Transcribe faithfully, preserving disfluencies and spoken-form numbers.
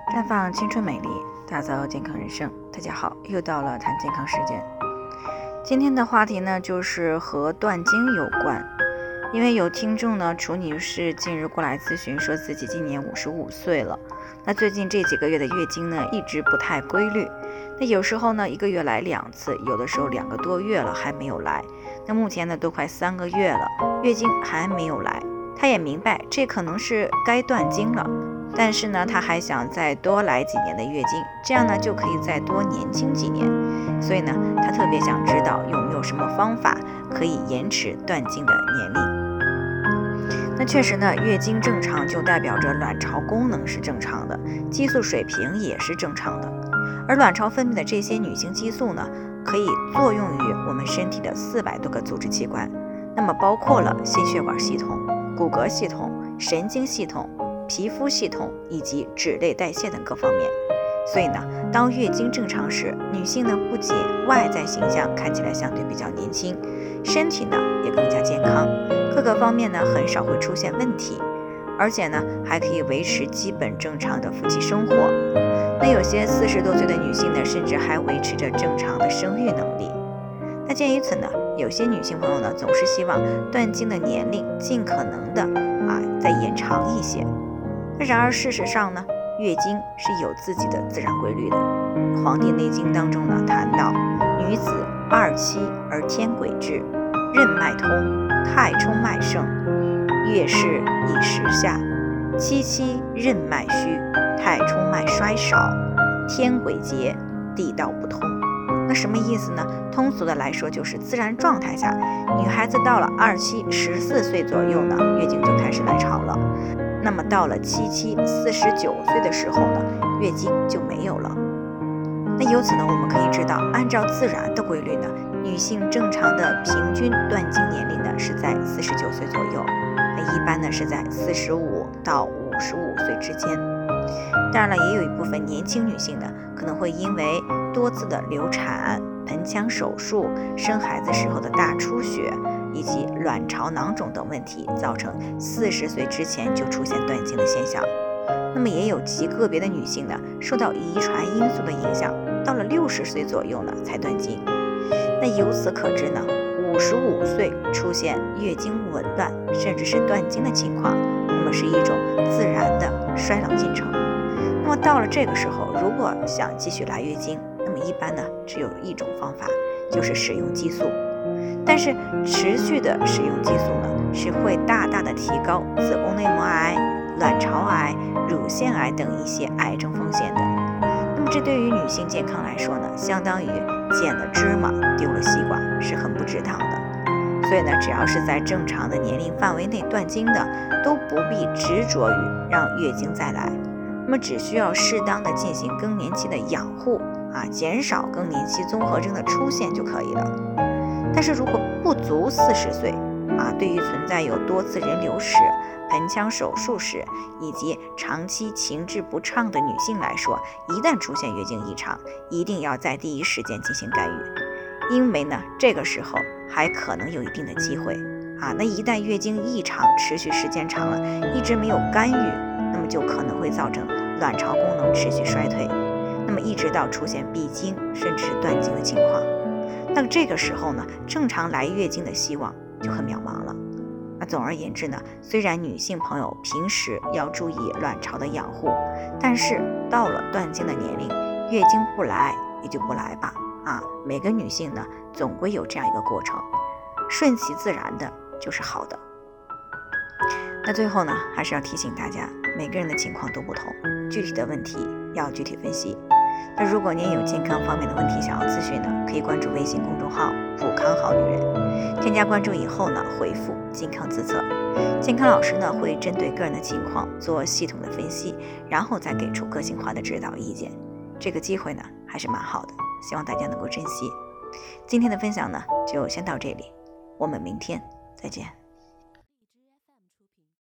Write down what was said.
绽放青春美丽，打造健康人生。大家好，又到了谈健康时间。今天的话题呢，就是和断经有关。因为有听众呢，楚女士近日过来咨询，说自己今年五十五岁了，那最近这几个月的月经呢，一直不太规律。那有时候呢，一个月来两次，有的时候两个多月了还没有来。那目前呢，都快三个月了，月经还没有来。她也明白这可能是该断经了，但是呢，她还想再多来几年的月经，这样呢就可以再多年轻几年。所以呢，她特别想知道有没有什么方法可以延迟断经的年龄。那确实呢，月经正常就代表着卵巢功能是正常的，激素水平也是正常的。而卵巢分泌的这些女性激素呢，可以作用于我们身体的四百多个组织器官，那么包括了心血管系统、骨骼系统、神经系统、皮肤系统以及脂类代谢等各方面。所以呢，当月经正常时，女性呢不仅外在形象看起来相对比较年轻，身体呢也更加健康，各个方面呢很少会出现问题，而且呢还可以维持基本正常的夫妻生活。那有些四十多岁的女性呢，甚至还维持着正常的生育能力。那鉴于此呢，有些女性朋友呢总是希望断经的年龄尽可能的啊再延长一些。然而事实上呢，月经是有自己的自然规律的。《黄帝内经》当中呢谈到，女子二七而天癸至，任脉通，太冲脉盛，月事以时下，七七任脉虚，太冲脉衰少，天癸竭，地道不通。那什么意思呢？通俗的来说，就是自然状态下，女孩子到了二七十四岁左右呢，月经就开始来潮了。那么到了七七四十九岁的时候呢，月经就没有了。那由此呢，我们可以知道，按照自然的规律呢，女性正常的平均断经年龄呢是在四十九岁左右，那一般呢是在四十五到五十五岁之间。当然了，也有一部分年轻女性呢，可能会因为多次的流产、盆腔手术、生孩子时候的大出血以及卵巢囊肿等问题，造成四十岁之前就出现断经的现象。那么也有极个别的女性呢，受到遗传因素的影响，到了六十岁左右呢才断经。那由此可知呢，五十五岁出现月经紊乱甚至是断经的情况，那么是一种自然的衰老进程。那么到了这个时候，如果想继续来月经，那么一般呢只有一种方法，就是使用激素。但是持续的使用激素呢，是会大大的提高子宫内膜癌、卵巢癌、乳腺癌等一些癌症风险的。那么这对于女性健康来说呢，相当于捡了芝麻丢了西瓜，是很不值当的。所以呢，只要是在正常的年龄范围内断经的，都不必执着于让月经再来。那么只需要适当的进行更年期的养护啊，减少更年期综合征的出现就可以了。但是如果不足四十岁啊，对于存在有多次人流史、盆腔手术史以及长期情志不畅的女性来说，一旦出现月经异常，一定要在第一时间进行干预，因为呢，这个时候还可能有一定的机会啊。那一旦月经异常持续时间长了，一直没有干预，那么就可能会造成卵巢功能持续衰退，那么一直到出现闭经甚至是断经的情况。那这个时候呢，正常来月经的希望就很渺茫了。那总而言之呢，虽然女性朋友平时要注意卵巢的养护，但是到了断经的年龄，月经不来也就不来吧啊，每个女性呢总归有这样一个过程，顺其自然的就是好的。那最后呢，还是要提醒大家，每个人的情况都不同，具体的问题要具体分析。那如果您有健康方面的问题想要咨询呢，可以关注微信公众号普康好女人，添加关注以后呢，回复健康自测，健康老师呢会针对个人的情况做系统的分析，然后再给出个性化的指导意见。这个机会呢还是蛮好的，希望大家能够珍惜。今天的分享呢就先到这里，我们明天再见。